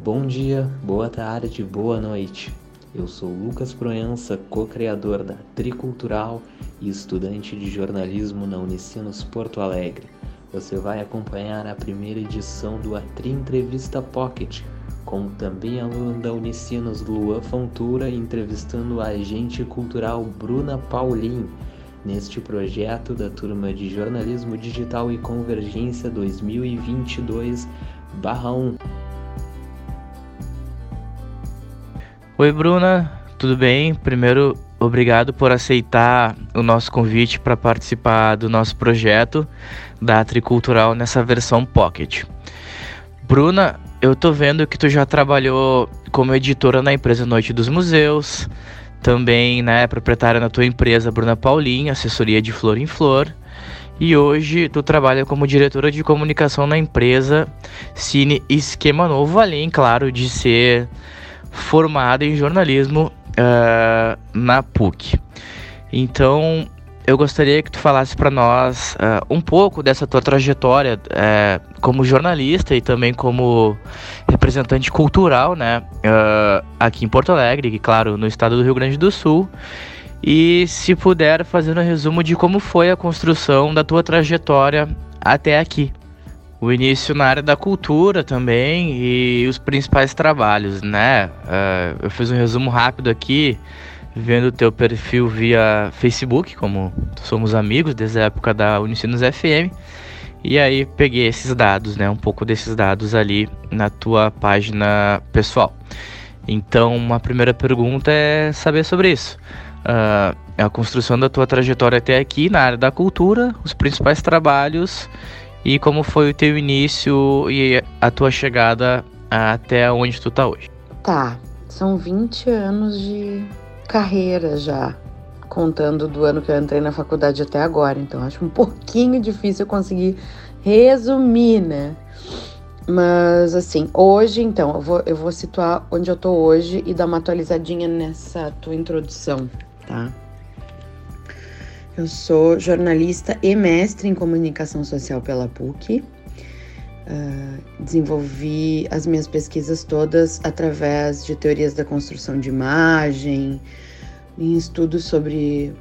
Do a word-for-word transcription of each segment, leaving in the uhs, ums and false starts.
Bom dia, boa tarde, boa noite. Eu sou Lucas Proença, co-criador da Tricultural e estudante de jornalismo na Unicinos Porto Alegre. Você vai acompanhar a primeira edição do Atri Entrevista Pocket, com também aluna da Unicinos Luan Fontura entrevistando a agente cultural Bruna Paulin, neste projeto da turma de Jornalismo Digital e Convergência dois mil e vinte e dois barra um. Oi, Bruna, tudo bem? Primeiro, obrigado por aceitar o nosso convite para participar do nosso projeto da Tricultural nessa versão Pocket. Bruna, eu tô vendo que tu já trabalhou como editora na empresa Noite dos Museus, também, né, proprietária na tua empresa Bruna Paulin, assessoria de Flor em Flor, e hoje tu trabalha como diretora de comunicação na empresa Cine Esquema Novo, além, claro, de ser formada em jornalismo uh, na P U C. Então, eu gostaria que tu falasse para nós uh, um pouco dessa tua trajetória uh, como jornalista e também como representante cultural, né, uh, aqui em Porto Alegre, e claro, no estado do Rio Grande do Sul. E se puder fazer um resumo de como foi a construção da tua trajetória até aqui. O início na área da cultura também e os principais trabalhos, né? Uh, eu fiz um resumo rápido aqui, vendo o teu perfil via Facebook, como somos amigos desde a época da Unicinos F M. E aí peguei esses dados, né? Um pouco desses dados ali na tua página pessoal. Então, uma primeira pergunta é saber sobre isso. Uh, a construção da tua trajetória até aqui na área da cultura, os principais trabalhos e como foi o teu início e a tua chegada até onde tu tá hoje. Tá, são vinte anos de carreira já, contando do ano que eu entrei na faculdade até agora, então acho um pouquinho difícil eu conseguir resumir, né? Mas assim, hoje então, eu vou, eu vou situar onde eu tô hoje e dar uma atualizadinha nessa tua introdução, tá? Eu sou jornalista e mestre em comunicação social pela P U C. Uh, desenvolvi as minhas pesquisas todas através de teorias da construção de imagem, em estudos sobre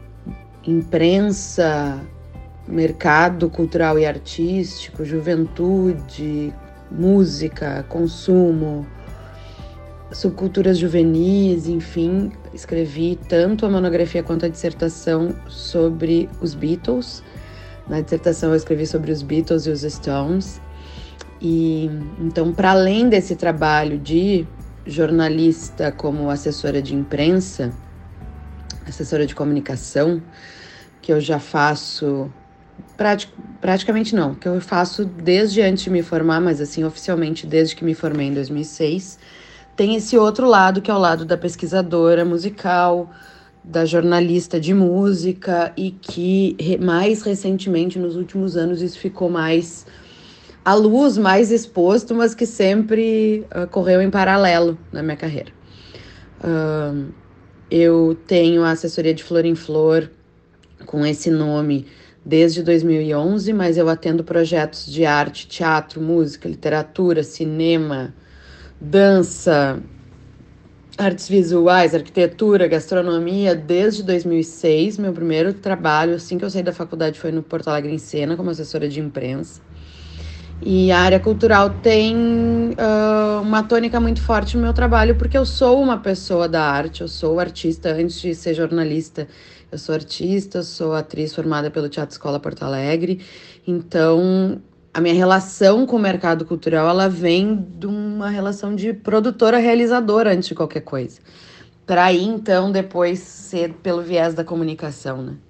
imprensa, mercado cultural e artístico, juventude, música, consumo, subculturas juvenis, enfim, escrevi tanto a monografia quanto a dissertação sobre os Beatles. Na dissertação eu escrevi sobre os Beatles e os Stones. E então, para além desse trabalho de jornalista como assessora de imprensa, assessora de comunicação, que eu já faço pratic- praticamente não, que eu faço desde antes de me formar, mas assim, oficialmente desde que me formei em dois mil e seis, tem esse outro lado, que é o lado da pesquisadora musical, da jornalista de música, e que mais recentemente, nos últimos anos, isso ficou mais à luz, mais exposto, mas que sempre uh, correu em paralelo na minha carreira. Uh, eu tenho a assessoria de Flor em Flor com esse nome desde dois mil e onze, mas eu atendo projetos de arte, teatro, música, literatura, cinema, dança, artes visuais, arquitetura, gastronomia, desde dois mil e seis. Meu primeiro trabalho, assim que eu saí da faculdade, foi no Porto Alegre em Cena, como assessora de imprensa. E a área cultural tem uh, uma tônica muito forte no meu trabalho, porque eu sou uma pessoa da arte, eu sou artista antes de ser jornalista. Eu sou artista, eu sou atriz formada pelo Teatro Escola Porto Alegre, então a minha relação com o mercado cultural, ela vem de uma relação de produtora-realizadora antes de qualquer coisa. Para aí, então, depois ser pelo viés da comunicação, né?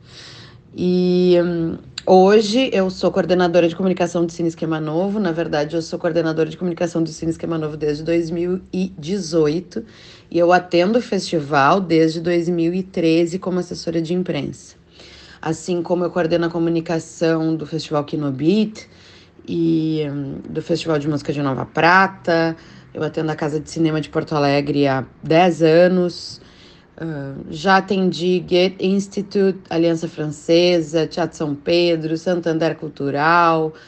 E hum, hoje eu sou coordenadora de comunicação do Cine Esquema Novo. Na verdade, eu sou coordenadora de comunicação do Cine Esquema Novo desde dois mil e dezoito. E eu atendo o festival desde dois mil e treze como assessora de imprensa. Assim como eu coordeno a comunicação do Festival Kinobit e um, do Festival de Música de Nova Prata. Eu atendo a Casa de Cinema de Porto Alegre há dez anos. Uh, já atendi Goethe Institute, Aliança Francesa, Teatro São Pedro, Santander Cultural,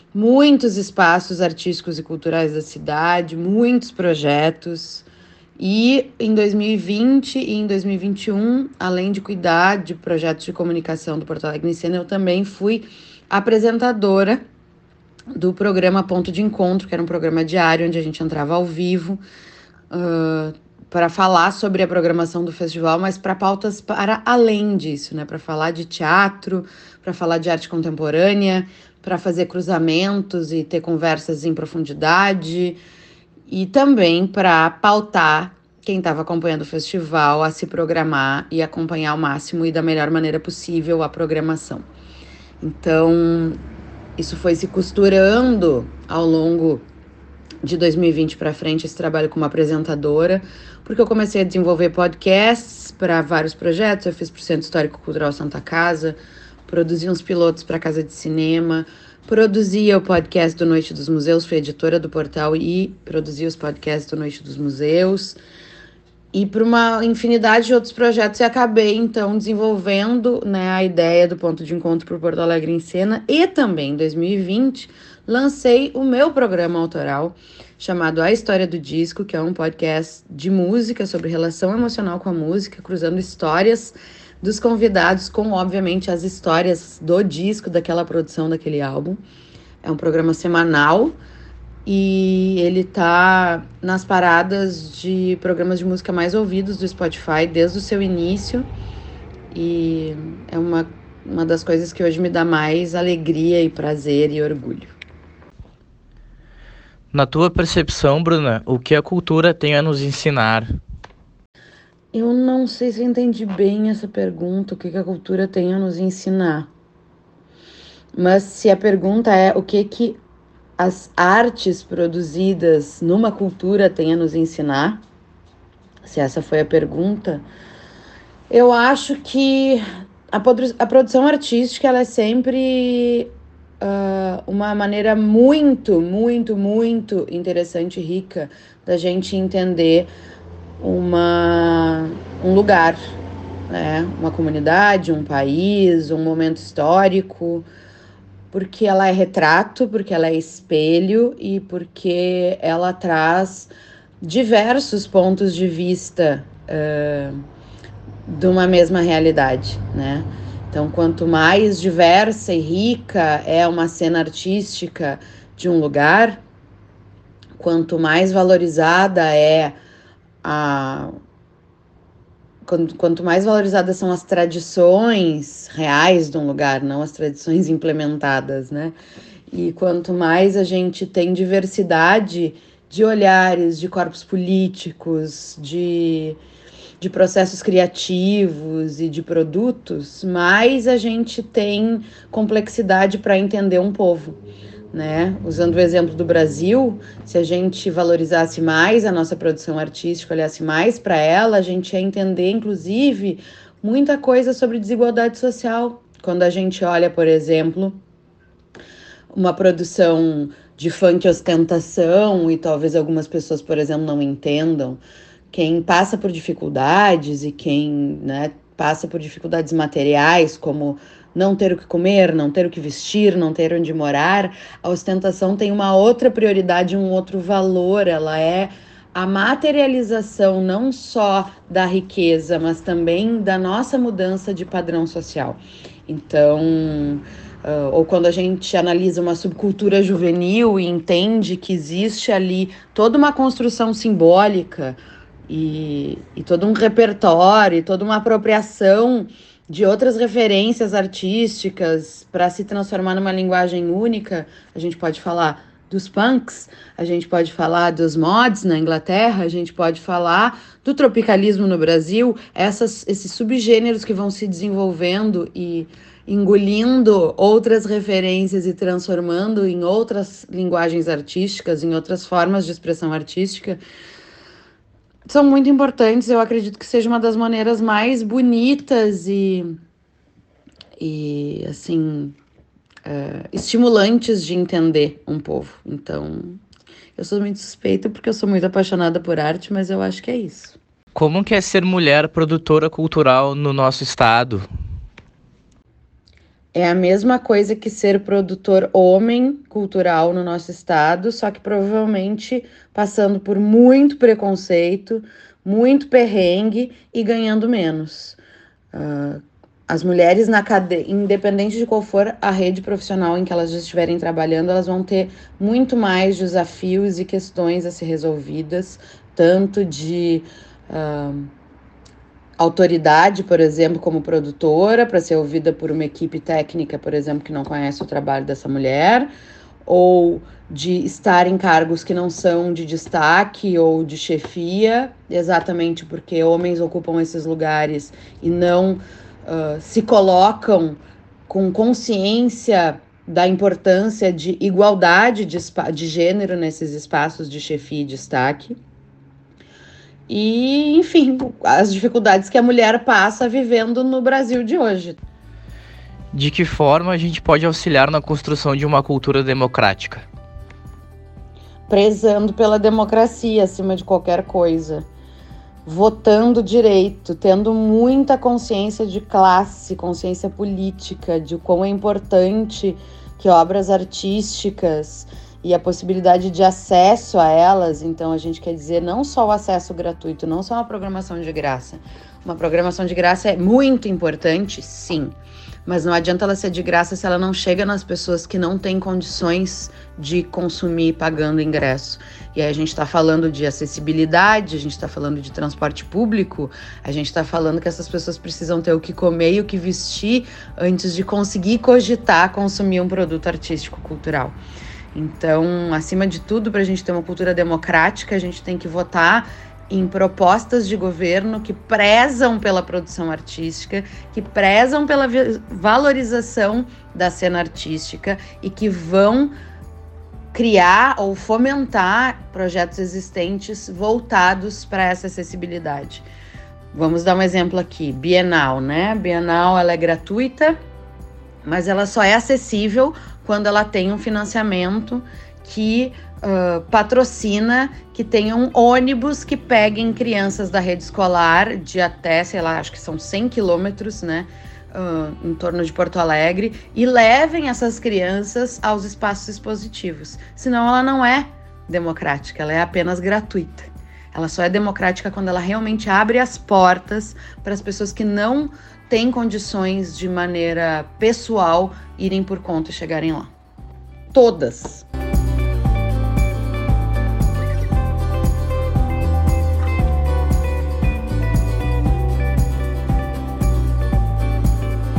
muitos espaços artísticos e culturais da cidade, muitos projetos. E em dois mil e vinte e em dois mil e vinte e um, além de cuidar de projetos de comunicação do Porto Alegre em Cena, eu também fui apresentadora do programa Ponto de Encontro, que era um programa diário onde a gente entrava ao vivo uh, para falar sobre a programação do festival, mas para pautas para além disso, né? Para falar de teatro, para falar de arte contemporânea, para fazer cruzamentos e ter conversas em profundidade, e também para pautar quem estava acompanhando o festival a se programar e acompanhar ao máximo e da melhor maneira possível a programação. Então, isso foi se costurando ao longo de dois mil e vinte para frente, esse trabalho como apresentadora, porque eu comecei a desenvolver podcasts para vários projetos. Eu fiz para o Centro Histórico Cultural Santa Casa, produzi uns pilotos para a Casa de Cinema, produzia o podcast do Noite dos Museus, fui editora do portal e produzia os podcasts do Noite dos Museus, e para uma infinidade de outros projetos, e acabei, então, desenvolvendo, né, a ideia do Ponto de Encontro para o Porto Alegre em Cena, e também, em dois mil e vinte, lancei o meu programa autoral, chamado A História do Disco, que é um podcast de música, sobre relação emocional com a música, cruzando histórias dos convidados com, obviamente, as histórias do disco, daquela produção, daquele álbum. É um programa semanal e ele tá nas paradas de programas de música mais ouvidos do Spotify desde o seu início, e é uma, uma das coisas que hoje me dá mais alegria e prazer e orgulho. Na tua percepção, Bruna, o que a cultura tem a nos ensinar? Eu não sei se eu entendi bem essa pergunta, o que a cultura tem a nos ensinar. Mas se a pergunta é o que, que as artes produzidas numa cultura têm a nos ensinar, se essa foi a pergunta, eu acho que a, produ- a produção artística ela é sempre uh, uma maneira muito, muito, muito interessante e rica da gente entender uma, um lugar, né? Uma comunidade, um país, um momento histórico, porque ela é retrato, porque ela é espelho e porque ela traz diversos pontos de vista uh, de uma mesma realidade, né? Então, quanto mais diversa e rica é uma cena artística de um lugar, quanto mais valorizada é a... Quanto mais valorizadas são as tradições reais de um lugar, não as tradições implementadas, né? E quanto mais a gente tem diversidade de olhares, de corpos políticos, de, de processos criativos e de produtos, mais a gente tem complexidade para entender um povo, né? Usando o exemplo do Brasil, se a gente valorizasse mais a nossa produção artística, olhasse mais para ela, a gente ia entender, inclusive, muita coisa sobre desigualdade social. Quando a gente olha, por exemplo, uma produção de funk ostentação, e talvez algumas pessoas, por exemplo, não entendam, quem passa por dificuldades e quem, né, passa por dificuldades materiais, como não ter o que comer, não ter o que vestir, não ter onde morar, a ostentação tem uma outra prioridade, um outro valor. Ela é a materialização não só da riqueza, mas também da nossa mudança de padrão social. Então, uh, ou quando a gente analisa uma subcultura juvenil e entende que existe ali toda uma construção simbólica e, e todo um repertório, e toda uma apropriação de outras referências artísticas para se transformar numa linguagem única. A gente pode falar dos punks, a gente pode falar dos mods na Inglaterra, a gente pode falar do tropicalismo no Brasil, essas, esses subgêneros que vão se desenvolvendo e engolindo outras referências e transformando em outras linguagens artísticas, em outras formas de expressão artística, são muito importantes. Eu acredito que seja uma das maneiras mais bonitas e, e assim, é, estimulantes de entender um povo. Então, eu sou muito suspeita porque eu sou muito apaixonada por arte, mas eu acho que é isso. Como que é ser mulher produtora cultural no nosso estado? É a mesma coisa que ser produtor homem cultural no nosso estado, só que provavelmente passando por muito preconceito, muito perrengue e ganhando menos. Uh, as mulheres na cadeia, independente de qual for a rede profissional em que elas estiverem trabalhando, elas vão ter muito mais desafios e questões a ser resolvidas, tanto de uh, autoridade, por exemplo, como produtora, para ser ouvida por uma equipe técnica, por exemplo, que não conhece o trabalho dessa mulher, ou de estar em cargos que não são de destaque ou de chefia, exatamente porque homens ocupam esses lugares e não uh, se colocam com consciência da importância de igualdade de, de gênero nesses espaços de chefia e destaque. E, enfim, as dificuldades que a mulher passa vivendo no Brasil de hoje. De que forma a gente pode auxiliar na construção de uma cultura democrática? Prezando pela democracia acima de qualquer coisa. Votando direito, tendo muita consciência de classe, consciência política, de quão é importante que obras artísticas e a possibilidade de acesso a elas, então a gente quer dizer não só o acesso gratuito, não só uma programação de graça. Uma programação de graça é muito importante, sim, mas não adianta ela ser de graça se ela não chega nas pessoas que não têm condições de consumir pagando ingresso. E aí a gente está falando de acessibilidade, a gente está falando de transporte público, a gente está falando que essas pessoas precisam ter o que comer e o que vestir antes de conseguir cogitar consumir um produto artístico cultural. Então, acima de tudo, para a gente ter uma cultura democrática, a gente tem que votar em propostas de governo que prezam pela produção artística, que prezam pela valorização da cena artística e que vão criar ou fomentar projetos existentes voltados para essa acessibilidade. Vamos dar um exemplo aqui, Bienal, né? Bienal, ela é gratuita, mas ela só é acessível quando ela tem um financiamento que uh, patrocina que tenham ônibus que peguem crianças da rede escolar de até, sei lá, acho que são cem quilômetros, né, uh, em torno de Porto Alegre, e levem essas crianças aos espaços expositivos. Senão ela não é democrática, ela é apenas gratuita. Ela só é democrática quando ela realmente abre as portas para as pessoas que não têm condições de maneira pessoal irem por conta e chegarem lá. Todas.